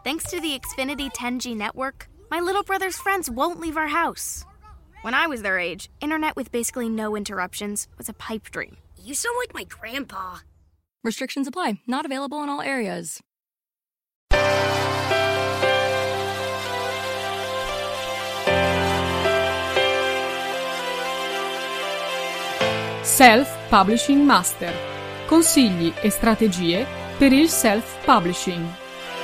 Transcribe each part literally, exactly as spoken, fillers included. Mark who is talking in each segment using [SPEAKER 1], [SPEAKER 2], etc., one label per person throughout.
[SPEAKER 1] Thanks to the Xfinity ten G network, my little brother's friends won't leave our house. When I was their age, internet with basically no interruptions was a pipe dream.
[SPEAKER 2] You sound like my grandpa.
[SPEAKER 3] Restrictions apply. Not available in all areas.
[SPEAKER 4] Self-Publishing Master. Consigli e strategie per il self-publishing.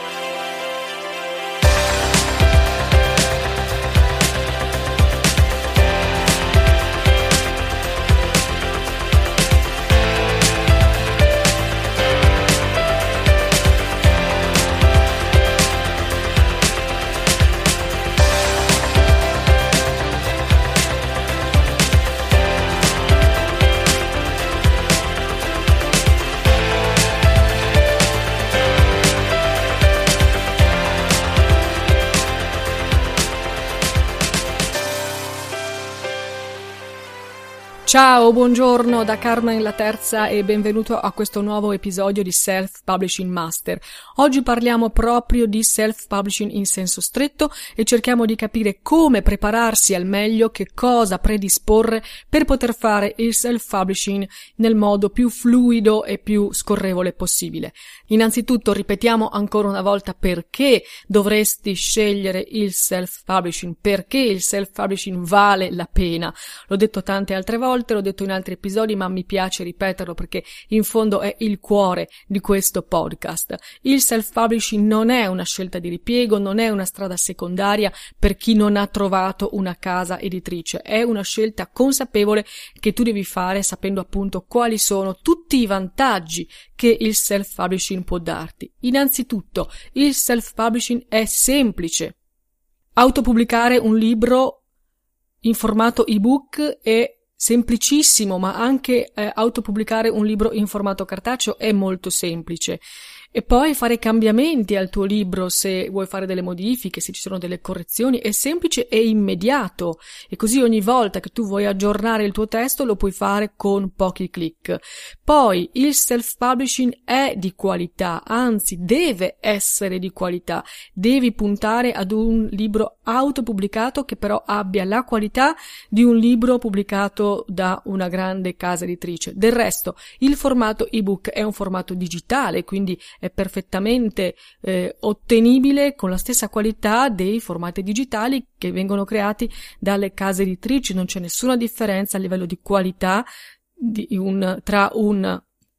[SPEAKER 4] Ciao, buongiorno da Carmen la Terza e benvenuto a questo nuovo episodio di Self-Publishing Master. Oggi parliamo proprio di self-publishing in senso stretto e cerchiamo di capire come prepararsi al meglio, che cosa predisporre per poter fare il self-publishing nel modo più fluido e più scorrevole possibile. Innanzitutto ripetiamo ancora una volta perché dovresti scegliere il self-publishing, perché il self-publishing vale la pena. L'ho detto tante altre volte, l'ho detto in altri episodi, ma mi piace ripeterlo perché in fondo è il cuore di questo podcast. Il self-publishing non è una scelta di ripiego, non è una strada secondaria per chi non ha trovato una casa editrice, è una scelta consapevole che tu devi fare sapendo appunto quali sono tutti i vantaggi che il self-publishing può darti. Innanzitutto, il self-publishing è semplice. Autopubblicare un libro in formato ebook è semplicissimo, ma anche eh, autopubblicare un libro in formato cartaceo è molto semplice. E poi fare cambiamenti al tuo libro se vuoi fare delle modifiche, se ci sono delle correzioni, è semplice e immediato. E così ogni volta che tu vuoi aggiornare il tuo testo lo puoi fare con pochi click. Poi il self-publishing è di qualità, anzi deve essere di qualità. Devi puntare ad un libro autopubblicato che però abbia la qualità di un libro pubblicato da una grande casa editrice. Del resto, il formato ebook è un formato digitale, quindi è perfettamente eh, ottenibile con la stessa qualità dei formati digitali che vengono creati dalle case editrici. Non c'è nessuna differenza a livello di qualità di un, tra un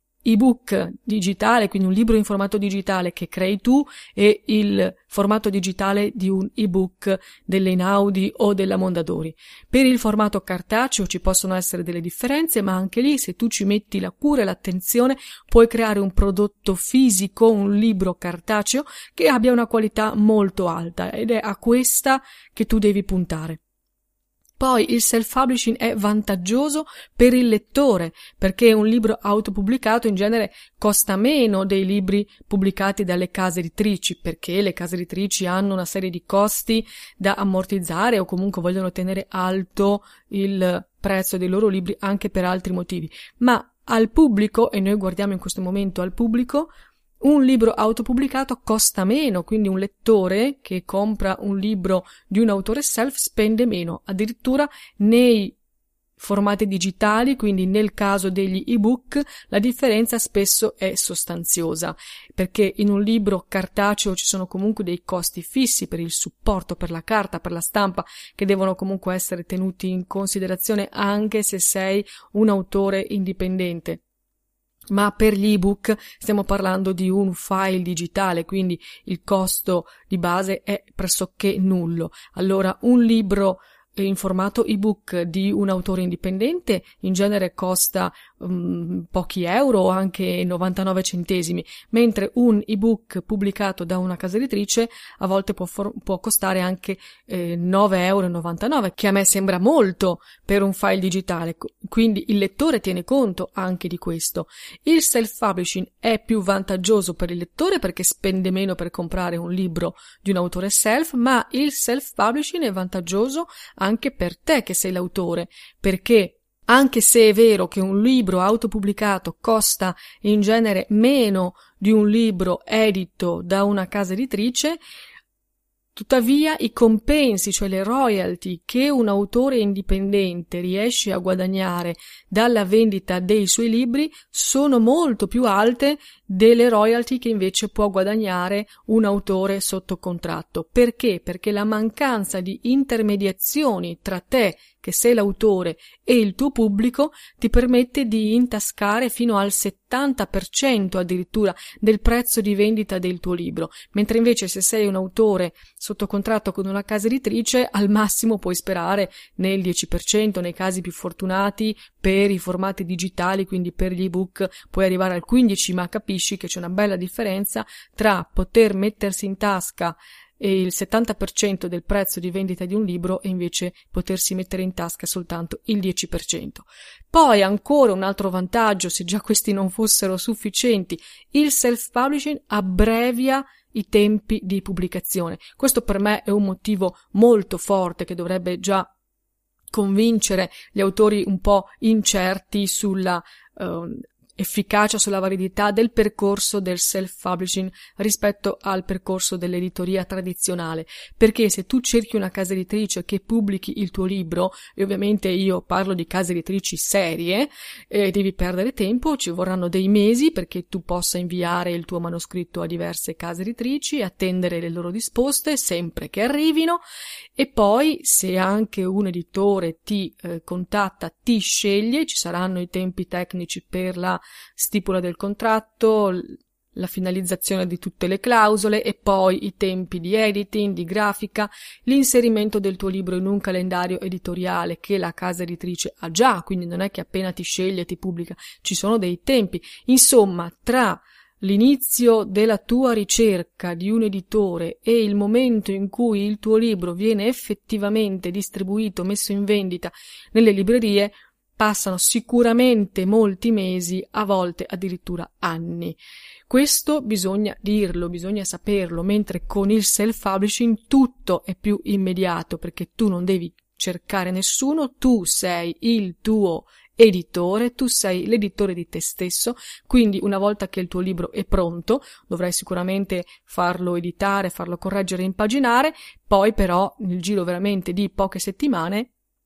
[SPEAKER 4] ebook digitale, quindi un libro in formato digitale che crei tu, e il formato digitale di un ebook dell'Einaudi o della Mondadori. Per il formato cartaceo ci possono essere delle differenze, ma anche lì, se tu ci metti la cura e l'attenzione, puoi creare un prodotto fisico, un libro cartaceo che abbia una qualità molto alta, ed è a questa che tu devi puntare. Poi il self-publishing è vantaggioso per il lettore, perché un libro autopubblicato in genere costa meno dei libri pubblicati dalle case editrici, perché le case editrici hanno una serie di costi da ammortizzare o comunque vogliono tenere alto il prezzo dei loro libri anche per altri motivi. Ma al pubblico, e noi guardiamo in questo momento al pubblico, un libro autopubblicato costa meno, quindi un lettore che compra un libro di un autore self spende meno. Addirittura nei formati digitali, quindi nel caso degli ebook, la differenza spesso è sostanziosa, perché in un libro cartaceo ci sono comunque dei costi fissi per il supporto, per la carta, per la stampa, che devono comunque essere tenuti in considerazione anche se sei un autore indipendente. Ma per gli ebook stiamo parlando di un file digitale, quindi il costo di base è pressoché nullo. Allora un libro in formato ebook di un autore indipendente in genere costa um, pochi euro o anche novantanove centesimi, mentre un ebook pubblicato da una casa editrice a volte può, for- può costare anche eh, nove e novantanove euro, che a me sembra molto per un file digitale, quindi il lettore tiene conto anche di questo. Il self-publishing è più vantaggioso per il lettore perché spende meno per comprare un libro di un autore self, ma il self-publishing è vantaggioso anche per te che sei l'autore, perché Anche se è vero che un libro autopubblicato costa in genere meno di un libro edito da una casa editrice, tuttavia i compensi, cioè le royalty che un autore indipendente riesce a guadagnare dalla vendita dei suoi libri sono molto più alte delle royalty che invece può guadagnare un autore sotto contratto. Perché? Perché la mancanza di intermediazioni tra te, che sei l'autore, e il tuo pubblico ti permette di intascare fino al settanta per cento addirittura del prezzo di vendita del tuo libro, mentre invece se sei un autore sotto contratto con una casa editrice al massimo puoi sperare nel dieci per cento, nei casi più fortunati per i formati digitali, quindi per gli ebook puoi arrivare al quindici, ma capisci che c'è una bella differenza tra poter mettersi in tasca il settanta per cento del prezzo di vendita di un libro e invece potersi mettere in tasca soltanto il dieci per cento. Poi ancora un altro vantaggio, se già questi non fossero sufficienti, il self-publishing abbrevia i tempi di pubblicazione. Questo per me è un motivo molto forte che dovrebbe già convincere gli autori un po' incerti sulla uh, efficacia, sulla validità del percorso del self-publishing rispetto al percorso dell'editoria tradizionale, perché se tu cerchi una casa editrice che pubblichi il tuo libro, e ovviamente io parlo di case editrici serie, eh, devi perdere tempo, ci vorranno dei mesi perché tu possa inviare il tuo manoscritto a diverse case editrici, attendere le loro risposte sempre che arrivino, e poi se anche un editore ti eh, contatta, ti sceglie, ci saranno i tempi tecnici per la stipula del contratto, la finalizzazione di tutte le clausole e poi i tempi di editing, di grafica, l'inserimento del tuo libro in un calendario editoriale che la casa editrice ha già, quindi non è che appena ti sceglie ti pubblica, ci sono dei tempi. Insomma, tra l'inizio della tua ricerca di un editore e il momento in cui il tuo libro viene effettivamente distribuito, messo in vendita nelle librerie, passano sicuramente molti mesi, a volte addirittura anni. Questo bisogna dirlo, bisogna saperlo, mentre con il self-publishing tutto è più immediato, perché tu non devi cercare nessuno, tu sei il tuo editore, tu sei l'editore di te stesso, quindi una volta che il tuo libro è pronto, dovrai sicuramente farlo editare, farlo correggere e impaginare, poi però nel giro veramente di poche settimane,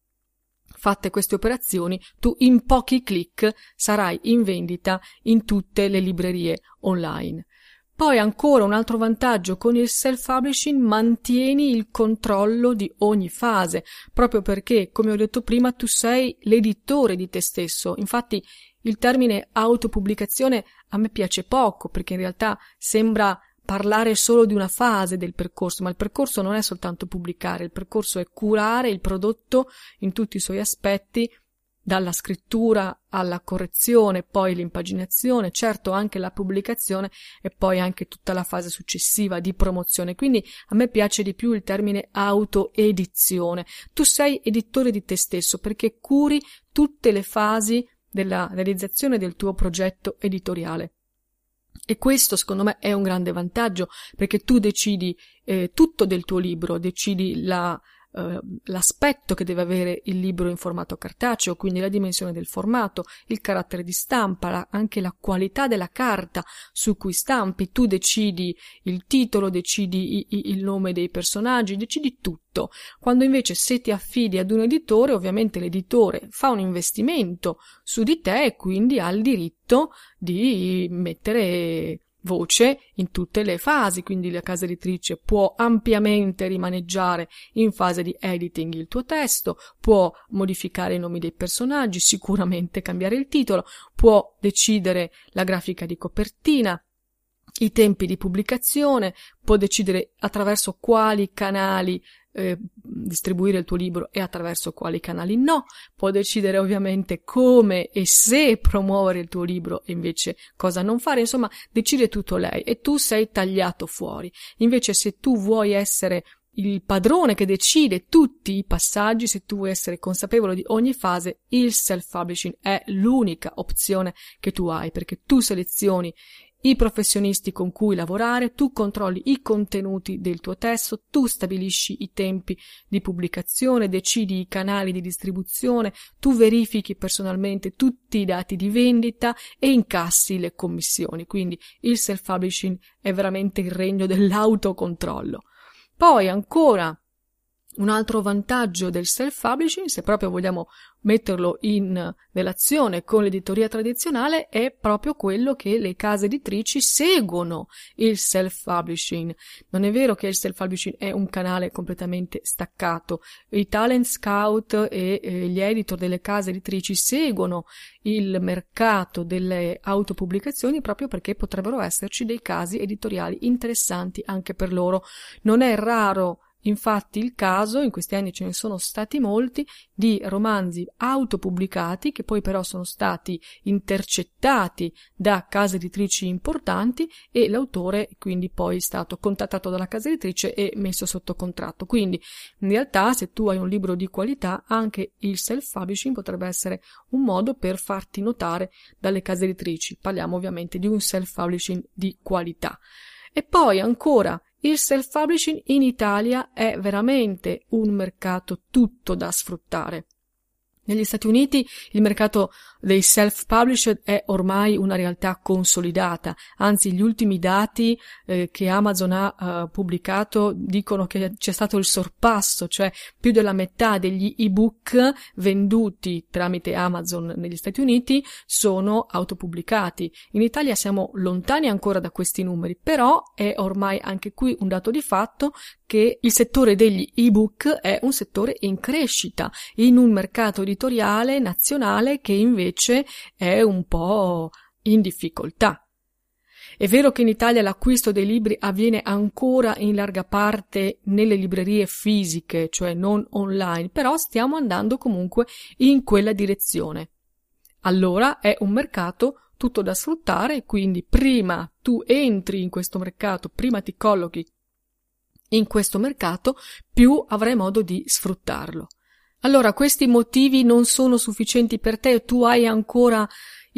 [SPEAKER 4] fatte queste operazioni, tu in pochi click sarai in vendita in tutte le librerie online. Poi ancora un altro vantaggio con il self-publishing: mantieni il controllo di ogni fase, proprio perché, come ho detto prima, tu sei l'editore di te stesso. Infatti il termine autopubblicazione a me piace poco, perché in realtà sembra parlare solo di una fase del percorso, ma il percorso non è soltanto pubblicare, il percorso è curare il prodotto in tutti i suoi aspetti, dalla scrittura alla correzione, poi l'impaginazione, certo anche la pubblicazione e poi anche tutta la fase successiva di promozione. Quindi a me piace di più il termine autoedizione. Tu sei editore di te stesso perché curi tutte le fasi della realizzazione del tuo progetto editoriale. E questo secondo me è un grande vantaggio, perché tu decidi eh, tutto del tuo libro, decidi la, eh, l'aspetto che deve avere il libro in formato cartaceo, quindi la dimensione del formato, il carattere di stampa, la, anche la qualità della carta su cui stampi, tu decidi il titolo, decidi i, i, il nome dei personaggi, decidi tutto. Quando invece se ti affidi ad un editore, ovviamente l'editore fa un investimento su di te e quindi ha il diritto di mettere voce in tutte le fasi, quindi la casa editrice può ampiamente rimaneggiare in fase di editing il tuo testo, può modificare i nomi dei personaggi, sicuramente cambiare il titolo, può decidere la grafica di copertina, i tempi di pubblicazione, può decidere attraverso quali canali eh, distribuire il tuo libro e attraverso quali canali no, può decidere ovviamente come e se promuovere il tuo libro e invece cosa non fare, insomma decide tutto lei e tu sei tagliato fuori. Invece se tu vuoi essere il padrone che decide tutti i passaggi, se tu vuoi essere consapevole di ogni fase, il self-publishing è l'unica opzione che tu hai, perché tu selezioni i professionisti con cui lavorare, tu controlli i contenuti del tuo testo, tu stabilisci i tempi di pubblicazione, decidi i canali di distribuzione, tu verifichi personalmente tutti i dati di vendita e incassi le commissioni. Quindi il self-publishing è veramente il regno dell'autocontrollo. Poi ancora un altro vantaggio del self-publishing, se proprio vogliamo metterlo in relazione con l'editoria tradizionale, è proprio quello che le case editrici seguono il self-publishing. Non è vero che il self-publishing è un canale completamente staccato. I talent scout e eh, gli editor delle case editrici seguono il mercato delle autopubblicazioni proprio perché potrebbero esserci dei casi editoriali interessanti anche per loro. Non è raro infatti il caso, in questi anni ce ne sono stati molti, di romanzi autopubblicati che poi però sono stati intercettati da case editrici importanti e l'autore quindi poi è stato contattato dalla casa editrice e messo sotto contratto. Quindi in realtà se tu hai un libro di qualità, anche il self-publishing potrebbe essere un modo per farti notare dalle case editrici. Parliamo ovviamente di un self-publishing di qualità. E poi ancora, il self-publishing in Italia è veramente un mercato tutto da sfruttare. Negli Stati Uniti il mercato dei self-published è ormai una realtà consolidata, anzi gli ultimi dati eh, che Amazon ha eh, pubblicato dicono che c'è stato il sorpasso, cioè più della metà degli ebook venduti tramite Amazon negli Stati Uniti sono autopubblicati. In Italia siamo lontani ancora da questi numeri, però è ormai anche qui un dato di fatto che il settore degli ebook è un settore in crescita in un mercato editoriale nazionale che invece è un po' in difficoltà. È vero che in Italia l'acquisto dei libri avviene ancora in larga parte nelle librerie fisiche, cioè non online, però stiamo andando comunque in quella direzione. Allora è un mercato tutto da sfruttare, quindi prima tu entri in questo mercato, prima ti collochi in questo mercato, più avrai modo di sfruttarlo. Allora, questi motivi non sono sufficienti per te? Tu hai ancora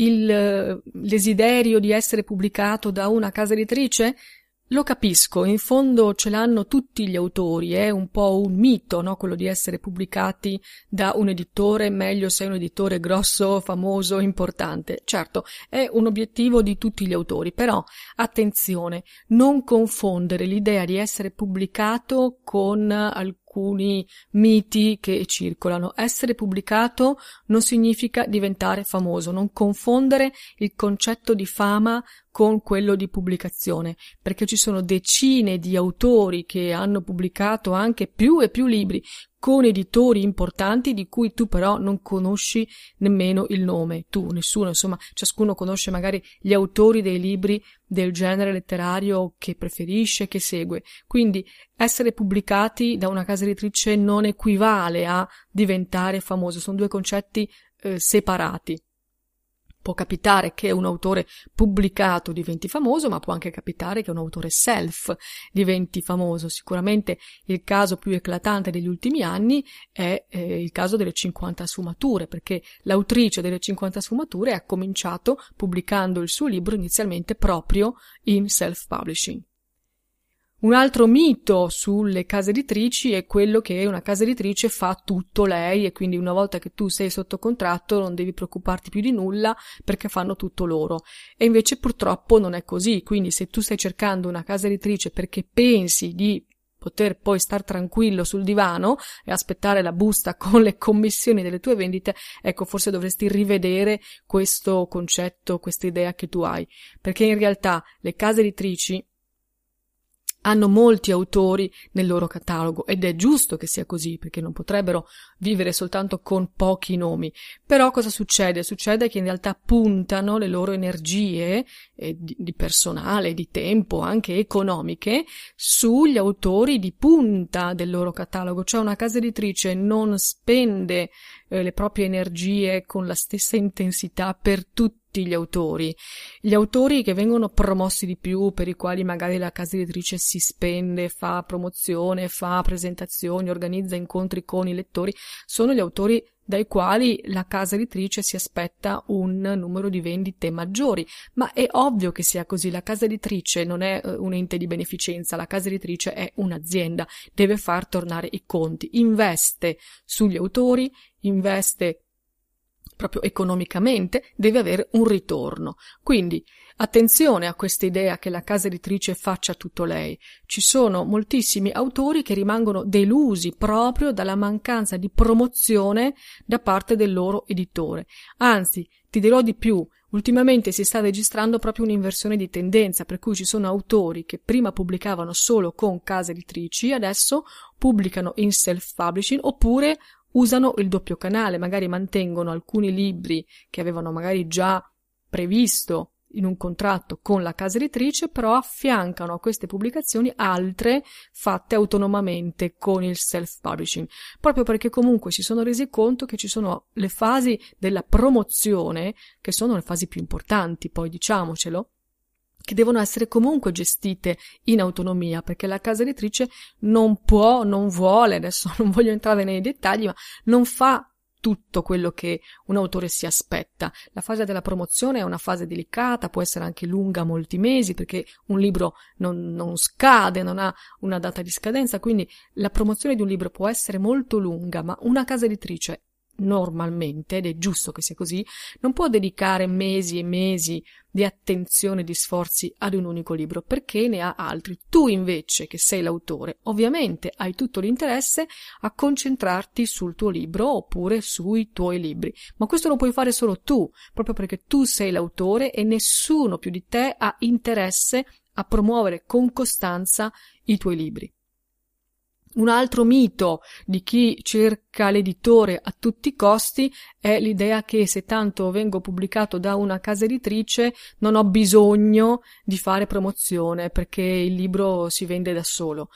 [SPEAKER 4] il desiderio di essere pubblicato da una casa editrice? Lo capisco, in fondo ce l'hanno tutti gli autori, è un po' un mito, no? Quello di essere pubblicati da un editore, meglio se è un editore grosso, famoso, importante. Certo, è un obiettivo di tutti gli autori, però attenzione, non confondere l'idea di essere pubblicato con alcuni miti che circolano. Essere pubblicato non significa diventare famoso, non confondere il concetto di fama con quello di pubblicazione, perché ci sono decine di autori che hanno pubblicato anche più e più libri con editori importanti di cui tu però non conosci nemmeno il nome. Tu, nessuno, insomma, ciascuno conosce magari gli autori dei libri del genere letterario che preferisce, che segue. Quindi essere pubblicati da una casa editrice non equivale a diventare famoso, sono due concetti eh, separati. Può capitare che un autore pubblicato diventi famoso, ma può anche capitare che un autore self diventi famoso. Sicuramente il caso più eclatante degli ultimi anni è eh, il caso delle cinquanta sfumature, perché l'autrice delle cinquanta sfumature ha cominciato pubblicando il suo libro inizialmente proprio in self-publishing. Un altro mito sulle case editrici è quello che una casa editrice fa tutto lei e quindi una volta che tu sei sotto contratto non devi preoccuparti più di nulla perché fanno tutto loro. E invece purtroppo non è così, quindi se tu stai cercando una casa editrice perché pensi di poter poi star tranquillo sul divano e aspettare la busta con le commissioni delle tue vendite, ecco, forse dovresti rivedere questo concetto, questa idea che tu hai, perché in realtà le case editrici hanno molti autori nel loro catalogo ed è giusto che sia così perché non potrebbero vivere soltanto con pochi nomi. Però cosa succede? Succede che in realtà puntano le loro energie eh, di, di personale, di tempo, anche economiche, sugli autori di punta del loro catalogo. Cioè una casa editrice non spende eh, le proprie energie con la stessa intensità per tutti gli autori. Gli autori che vengono promossi di più, per i quali magari la casa editrice si spende, fa promozione, fa presentazioni, organizza incontri con i lettori, sono gli autori dai quali la casa editrice si aspetta un numero di vendite maggiori, ma è ovvio che sia così. La casa editrice non è un ente di beneficenza, la casa editrice è un'azienda, deve far tornare i conti, investe sugli autori, investe proprio economicamente, deve avere un ritorno. Quindi attenzione a questa idea che la casa editrice faccia tutto lei. Ci sono moltissimi autori che rimangono delusi proprio dalla mancanza di promozione da parte del loro editore. Anzi, ti dirò di più, ultimamente si sta registrando proprio un'inversione di tendenza, per cui ci sono autori che prima pubblicavano solo con case editrici, adesso pubblicano in self-publishing oppure usano il doppio canale, magari mantengono alcuni libri che avevano magari già previsto in un contratto con la casa editrice, però affiancano a queste pubblicazioni altre fatte autonomamente con il self-publishing, proprio perché comunque si sono resi conto che ci sono le fasi della promozione, che sono le fasi più importanti, poi diciamocelo, che devono essere comunque gestite in autonomia, perché la casa editrice non può, non vuole, adesso non voglio entrare nei dettagli, ma non fa tutto quello che un autore si aspetta. La fase della promozione è una fase delicata, può essere anche lunga molti mesi, perché un libro non, non scade, non ha una data di scadenza, quindi la promozione di un libro può essere molto lunga, ma una casa editrice normalmente, ed è giusto che sia così, non può dedicare mesi e mesi di attenzione e di sforzi ad un unico libro, perché ne ha altri. Tu invece, che sei l'autore, ovviamente hai tutto l'interesse a concentrarti sul tuo libro oppure sui tuoi libri, ma questo lo puoi fare solo tu, proprio perché tu sei l'autore e nessuno più di te ha interesse a promuovere con costanza i tuoi libri. Un altro mito di chi cerca l'editore a tutti i costi è l'idea che se tanto vengo pubblicato da una casa editrice non ho bisogno di fare promozione perché il libro si vende da solo.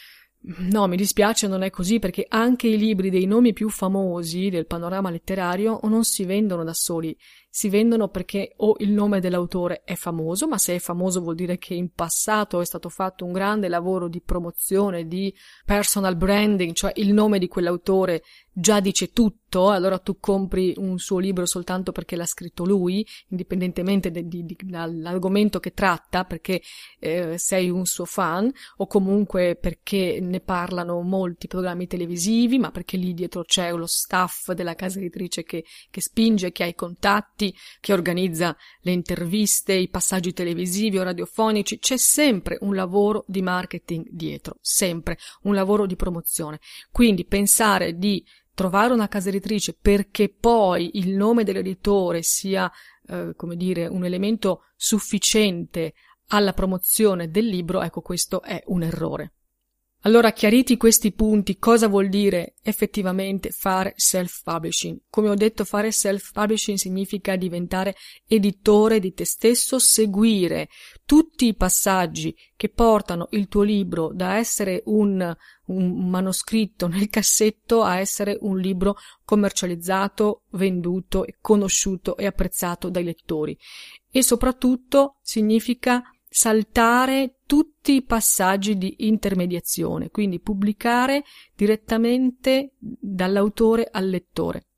[SPEAKER 4] No, mi dispiace, non è così, perché anche i libri dei nomi più famosi del panorama letterario non si vendono da soli, si vendono perché o il nome dell'autore è famoso, ma se è famoso vuol dire che in passato è stato fatto un grande lavoro di promozione, di personal branding, cioè il nome di quell'autore già dice tutto, allora tu compri un suo libro soltanto perché l'ha scritto lui, indipendentemente de, di, di, dall'argomento che tratta, perché eh, sei un suo fan, o comunque perché ne parlano molti programmi televisivi, ma perché lì dietro c'è lo staff della casa editrice che, che spinge, che ha i contatti, che organizza le interviste, i passaggi televisivi o radiofonici. C'è sempre un lavoro di marketing dietro, sempre un lavoro di promozione. Quindi pensare di trovare una casa editrice perché poi il nome dell'editore sia, eh, come dire, un elemento sufficiente alla promozione del libro, ecco, questo è un errore. Allora, chiariti questi punti, cosa vuol dire effettivamente fare self-publishing? Come ho detto, fare self-publishing significa diventare editore di te stesso, seguire tutti i passaggi che portano il tuo libro da essere un, un manoscritto nel cassetto a essere un libro commercializzato, venduto, conosciuto e apprezzato dai lettori. E soprattutto significa saltare tutti i passaggi di intermediazione, quindi pubblicare direttamente dall'autore al lettore.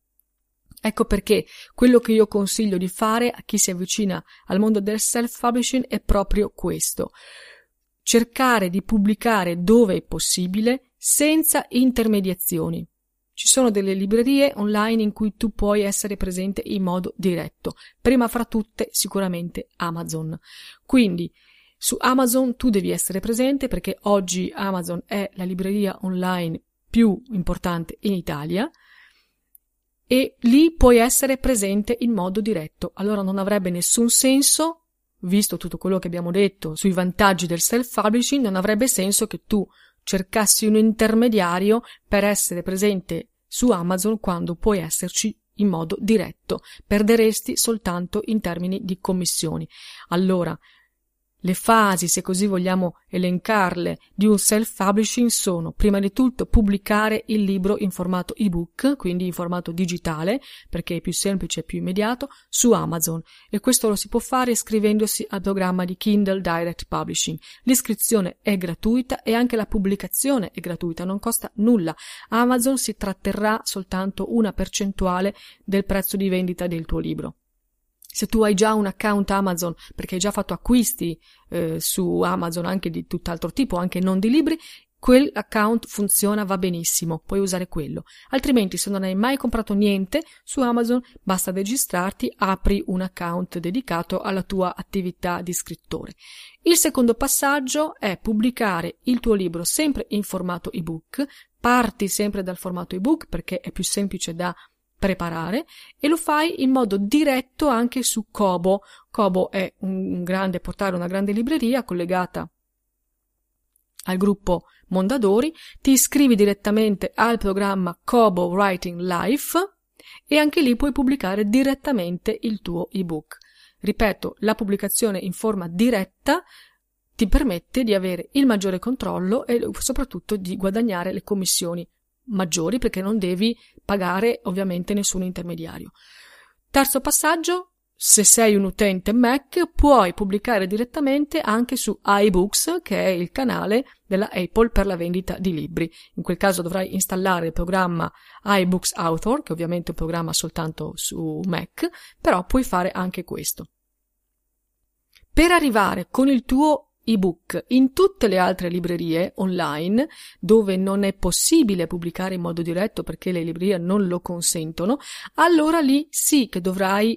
[SPEAKER 4] Ecco perché quello che io consiglio di fare a chi si avvicina al mondo del self-publishing è proprio questo: cercare di pubblicare dove è possibile senza intermediazioni. Ci sono delle librerie online in cui tu puoi essere presente in modo diretto, prima fra tutte sicuramente Amazon. Quindi su Amazon tu devi essere presente perché oggi Amazon è la libreria online più importante in Italia e lì puoi essere presente in modo diretto. Allora non avrebbe nessun senso, visto tutto quello che abbiamo detto sui vantaggi del self-publishing, non avrebbe senso che tu cercassi un intermediario per essere presente su Amazon quando puoi esserci in modo diretto. Perderesti soltanto in termini di commissioni. Allora, Le fasi, se così vogliamo elencarle, di un self-publishing sono, prima di tutto, pubblicare il libro in formato ebook, quindi in formato digitale, perché è più semplice e più immediato, su Amazon. E questo lo si può fare iscrivendosi al programma di Kindle Direct Publishing. L'iscrizione è gratuita e anche la pubblicazione è gratuita, non costa nulla. Amazon si tratterrà soltanto una percentuale del prezzo di vendita del tuo libro. Se tu hai già un account Amazon, perché hai già fatto acquisti eh, su Amazon anche di tutt'altro tipo, anche non di libri, quel account funziona, va benissimo, puoi usare quello. Altrimenti, se non hai mai comprato niente su Amazon, basta registrarti, apri un account dedicato alla tua attività di scrittore. Il secondo passaggio è pubblicare il tuo libro sempre in formato ebook. Parti sempre dal formato ebook perché è più semplice da preparare e lo fai in modo diretto anche su Kobo. Kobo è un grande portale, una grande libreria collegata al gruppo Mondadori. Ti iscrivi direttamente al programma Kobo Writing Life e anche lì puoi pubblicare direttamente il tuo ebook. Ripeto, la pubblicazione in forma diretta ti permette di avere il maggiore controllo e soprattutto di guadagnare le commissioni maggiori, perché non devi pagare ovviamente nessun intermediario. Terzo passaggio: se sei un utente Mac puoi pubblicare direttamente anche su iBooks, che è il canale della Apple per la vendita di libri. In quel caso dovrai installare il programma iBooks Author, che ovviamente è un programma soltanto su Mac, però puoi fare anche questo. Per arrivare con il tuo ebook in tutte le altre librerie online dove non è possibile pubblicare in modo diretto perché le librerie non lo consentono, allora lì sì che dovrai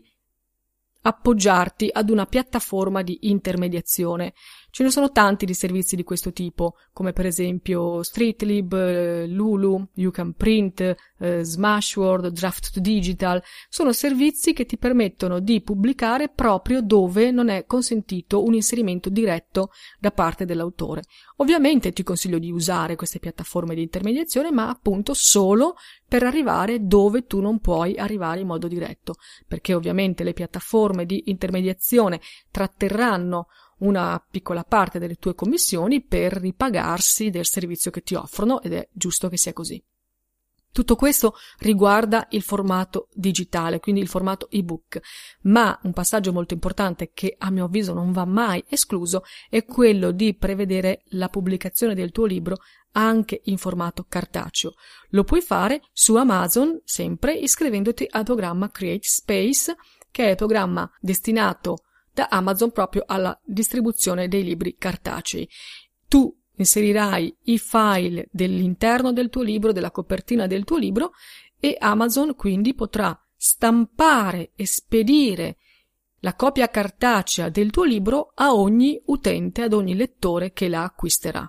[SPEAKER 4] appoggiarti ad una piattaforma di intermediazione. Ce ne sono tanti di servizi di questo tipo, come per esempio Streetlib, Lulu, You Can Print, eh, Smashword, Draft to Digital. Sono servizi che ti permettono di pubblicare proprio dove non è consentito un inserimento diretto da parte dell'autore. Ovviamente ti consiglio di usare queste piattaforme di intermediazione, ma appunto solo per arrivare dove tu non puoi arrivare in modo diretto, perché ovviamente le piattaforme di intermediazione tratterranno una piccola parte delle tue commissioni per ripagarsi del servizio che ti offrono, ed è giusto che sia così. Tutto questo riguarda il formato digitale, quindi il formato ebook, ma un passaggio molto importante che a mio avviso non va mai escluso è quello di prevedere la pubblicazione del tuo libro anche in formato cartaceo. Lo puoi fare su Amazon, sempre iscrivendoti al programma Create Space, che è il programma destinato da Amazon proprio alla distribuzione dei libri cartacei. Tu inserirai i file dell'interno del tuo libro, della copertina del tuo libro, e Amazon quindi potrà stampare e spedire la copia cartacea del tuo libro a ogni utente, ad ogni lettore che la acquisterà.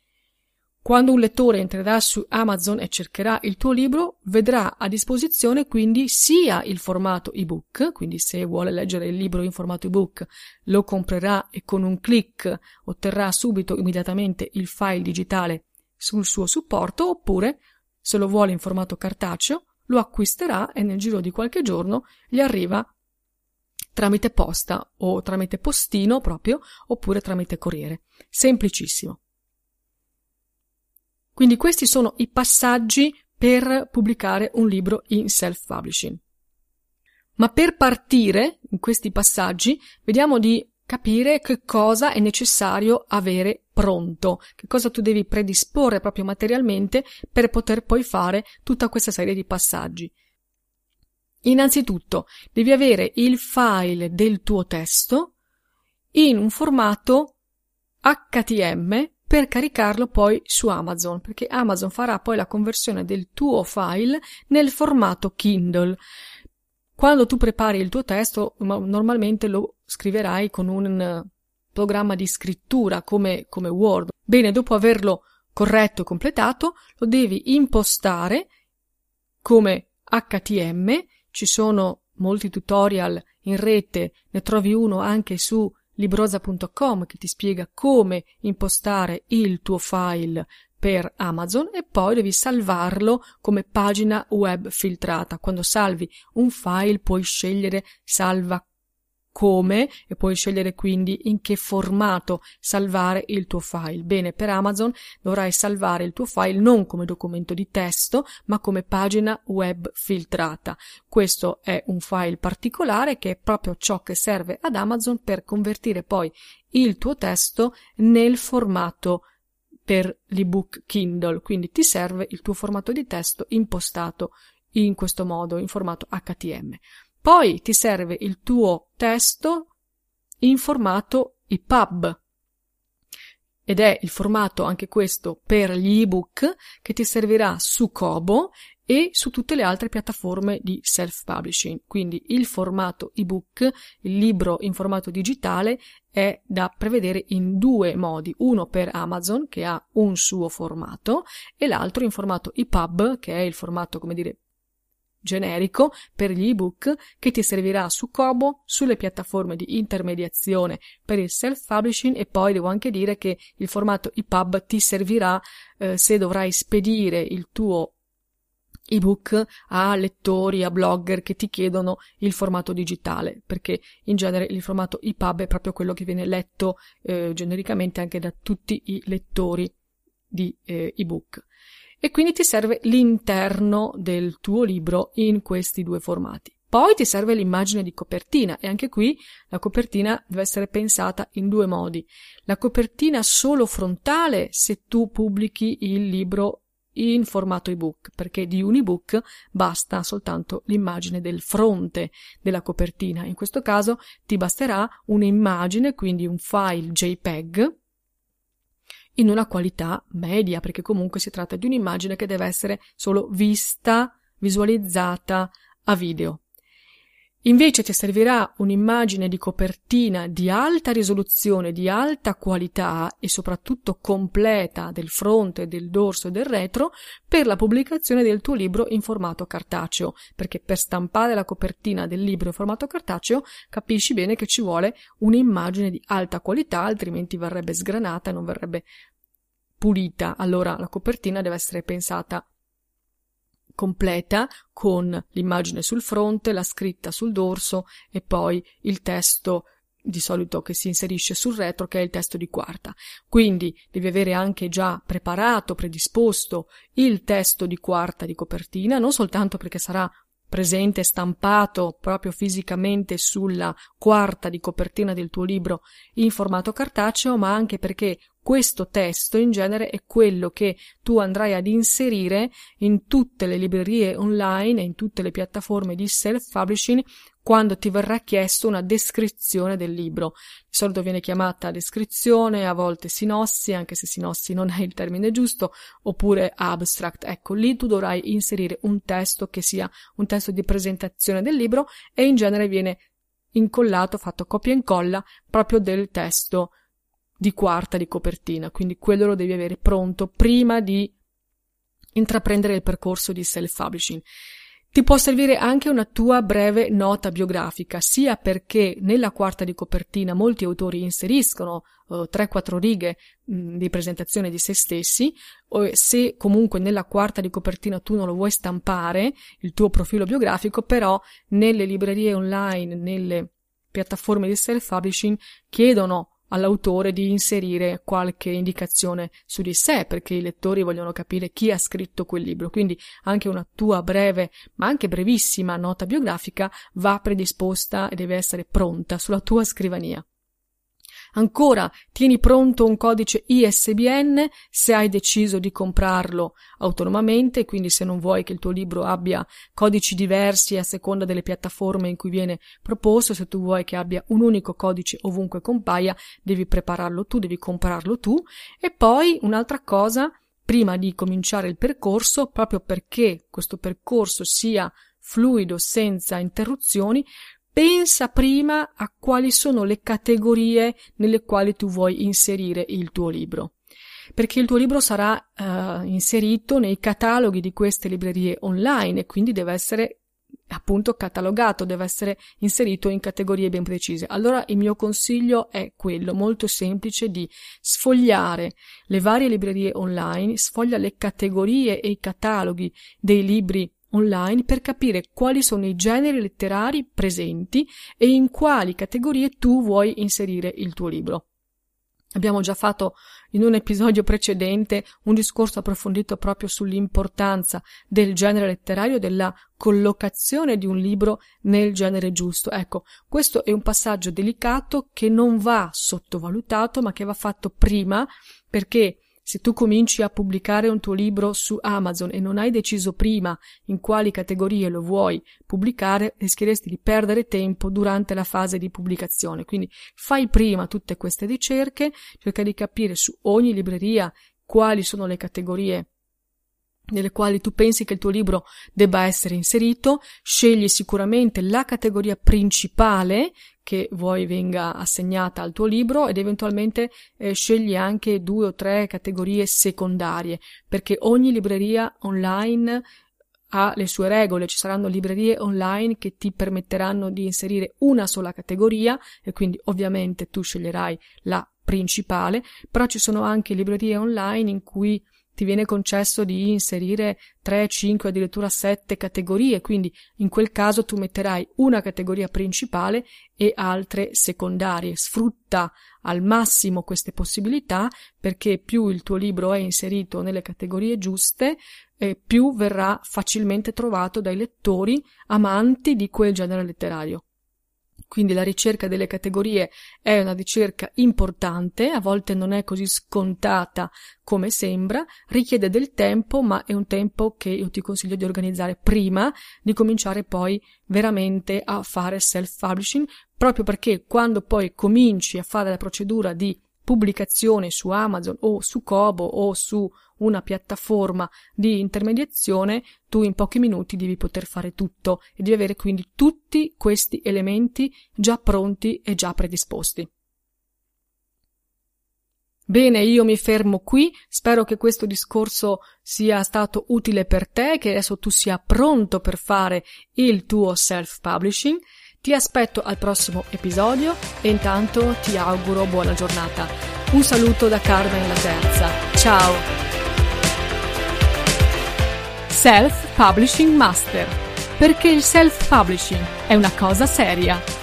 [SPEAKER 4] Quando un lettore entrerà su Amazon e cercherà il tuo libro, vedrà a disposizione quindi sia il formato ebook, quindi se vuole leggere il libro in formato ebook lo comprerà e con un click otterrà subito, immediatamente, il file digitale sul suo supporto, oppure, se lo vuole in formato cartaceo, lo acquisterà e nel giro di qualche giorno gli arriva tramite posta o tramite postino proprio, oppure tramite corriere. Semplicissimo. Quindi questi sono i passaggi per pubblicare un libro in self-publishing. Ma per partire in questi passaggi vediamo di capire che cosa è necessario avere pronto, che cosa tu devi predisporre proprio materialmente per poter poi fare tutta questa serie di passaggi. Innanzitutto devi avere il file del tuo testo in un formato H T M per caricarlo poi su Amazon, perché Amazon farà poi la conversione del tuo file nel formato Kindle. Quando tu prepari il tuo testo, normalmente lo scriverai con un programma di scrittura come, come Word. Bene, dopo averlo corretto e completato, lo devi impostare come H T M. Ci sono molti tutorial in rete, ne trovi uno anche su libroza punto com che ti spiega come impostare il tuo file per Amazon, e poi devi salvarlo come pagina web filtrata. Quando salvi un file puoi scegliere salva come e puoi scegliere quindi in che formato salvare il tuo file. Bene, per Amazon dovrai salvare il tuo file non come documento di testo, ma come pagina web filtrata. Questo è un file particolare che è proprio ciò che serve ad Amazon per convertire poi il tuo testo nel formato per l'ebook Kindle, quindi ti serve il tuo formato di testo impostato in questo modo, in formato H T M L. Poi ti serve il tuo testo in formato E P U B ed è il formato anche questo per gli ebook che ti servirà su Kobo e su tutte le altre piattaforme di self-publishing. Quindi il formato ebook, il libro in formato digitale, è da prevedere in due modi, uno per Amazon che ha un suo formato e l'altro in formato E P U B che è il formato, come dire, generico per gli ebook che ti servirà su Kobo, sulle piattaforme di intermediazione per il self-publishing e poi devo anche dire che il formato E P U B ti servirà eh, se dovrai spedire il tuo ebook a lettori, a blogger che ti chiedono il formato digitale, perché in genere il formato E P U B è proprio quello che viene letto eh, genericamente anche da tutti i lettori di eh, ebook. E quindi ti serve l'interno del tuo libro in questi due formati. Poi ti serve l'immagine di copertina e anche qui la copertina deve essere pensata in due modi. La copertina solo frontale se tu pubblichi il libro in formato ebook, perché di un ebook basta soltanto l'immagine del fronte della copertina. In questo caso ti basterà un'immagine, quindi un file JPEG, in una qualità media, perché comunque si tratta di un'immagine che deve essere solo vista, visualizzata a video. Invece ti servirà un'immagine di copertina di alta risoluzione, di alta qualità e soprattutto completa del fronte, del dorso e del retro per la pubblicazione del tuo libro in formato cartaceo, perché per stampare la copertina del libro in formato cartaceo capisci bene che ci vuole un'immagine di alta qualità, altrimenti verrebbe sgranata e non verrebbe pulita. Allora la copertina deve essere pensata completa con l'immagine sul fronte, la scritta sul dorso e poi il testo di solito che si inserisce sul retro, che è il testo di quarta. Quindi devi avere anche già preparato, predisposto il testo di quarta di copertina, non soltanto perché sarà presente stampato proprio fisicamente sulla quarta di copertina del tuo libro in formato cartaceo, ma anche perché questo testo in genere è quello che tu andrai ad inserire in tutte le librerie online e in tutte le piattaforme di self-publishing quando ti verrà chiesto una descrizione del libro. Di solito viene chiamata descrizione, a volte sinossi, anche se sinossi non è il termine giusto, oppure abstract. Ecco, lì tu dovrai inserire un testo che sia un testo di presentazione del libro e in genere viene incollato, fatto copia e incolla proprio del testo di quarta di copertina, quindi quello lo devi avere pronto prima di intraprendere il percorso di self-publishing. Ti può servire anche una tua breve nota biografica, sia perché nella quarta di copertina molti autori inseriscono uh, tre quattro righe mh, di presentazione di se stessi, o se comunque nella quarta di copertina tu non lo vuoi stampare, il tuo profilo biografico, però nelle librerie online, nelle piattaforme di self-publishing chiedono all'autore di inserire qualche indicazione su di sé, perché i lettori vogliono capire chi ha scritto quel libro, quindi anche una tua breve, ma anche brevissima nota biografica va predisposta e deve essere pronta sulla tua scrivania. Ancora, tieni pronto un codice I S B N se hai deciso di comprarlo autonomamente, quindi se non vuoi che il tuo libro abbia codici diversi a seconda delle piattaforme in cui viene proposto, se tu vuoi che abbia un unico codice ovunque compaia, devi prepararlo tu, devi comprarlo tu. E poi un'altra cosa, prima di cominciare il percorso, proprio perché questo percorso sia fluido, senza interruzioni, pensa prima a quali sono le categorie nelle quali tu vuoi inserire il tuo libro, perché il tuo libro sarà uh, inserito nei cataloghi di queste librerie online e quindi deve essere appunto catalogato, deve essere inserito in categorie ben precise. Allora il mio consiglio è quello molto semplice di sfogliare le varie librerie online, sfoglia le categorie e i cataloghi dei libri online per capire quali sono i generi letterari presenti e in quali categorie tu vuoi inserire il tuo libro. Abbiamo già fatto in un episodio precedente un discorso approfondito proprio sull'importanza del genere letterario, della collocazione di un libro nel genere giusto. Ecco, questo è un passaggio delicato che non va sottovalutato, ma che va fatto prima, perché se tu cominci a pubblicare un tuo libro su Amazon e non hai deciso prima in quali categorie lo vuoi pubblicare, rischieresti di perdere tempo durante la fase di pubblicazione. Quindi fai prima tutte queste ricerche, cerca di capire su ogni libreria quali sono le categorie nelle quali tu pensi che il tuo libro debba essere inserito, scegli sicuramente la categoria principale che vuoi venga assegnata al tuo libro ed eventualmente eh, scegli anche due o tre categorie secondarie, perché ogni libreria online ha le sue regole. Ci saranno librerie online che ti permetteranno di inserire una sola categoria e quindi ovviamente tu sceglierai la principale, però ci sono anche librerie online in cui ti viene concesso di inserire tre, cinque, addirittura sette categorie, quindi in quel caso tu metterai una categoria principale e altre secondarie. Sfrutta al massimo queste possibilità, perché più il tuo libro è inserito nelle categorie giuste, eh, più verrà facilmente trovato dai lettori amanti di quel genere letterario. Quindi la ricerca delle categorie è una ricerca importante, a volte non è così scontata come sembra, richiede del tempo, ma è un tempo che io ti consiglio di organizzare prima di cominciare poi veramente a fare self-publishing, proprio perché quando poi cominci a fare la procedura di pubblicazione su Amazon o su Kobo o su una piattaforma di intermediazione, tu in pochi minuti devi poter fare tutto e devi avere quindi tutti questi elementi già pronti e già predisposti. Bene, io mi fermo qui, spero che questo discorso sia stato utile per te, che adesso tu sia pronto per fare il tuo self-publishing. Ti aspetto al prossimo episodio e intanto ti auguro buona giornata. Un saluto da Carmen la Terza. Ciao! Self-Publishing Master. Perché il self-publishing è una cosa seria.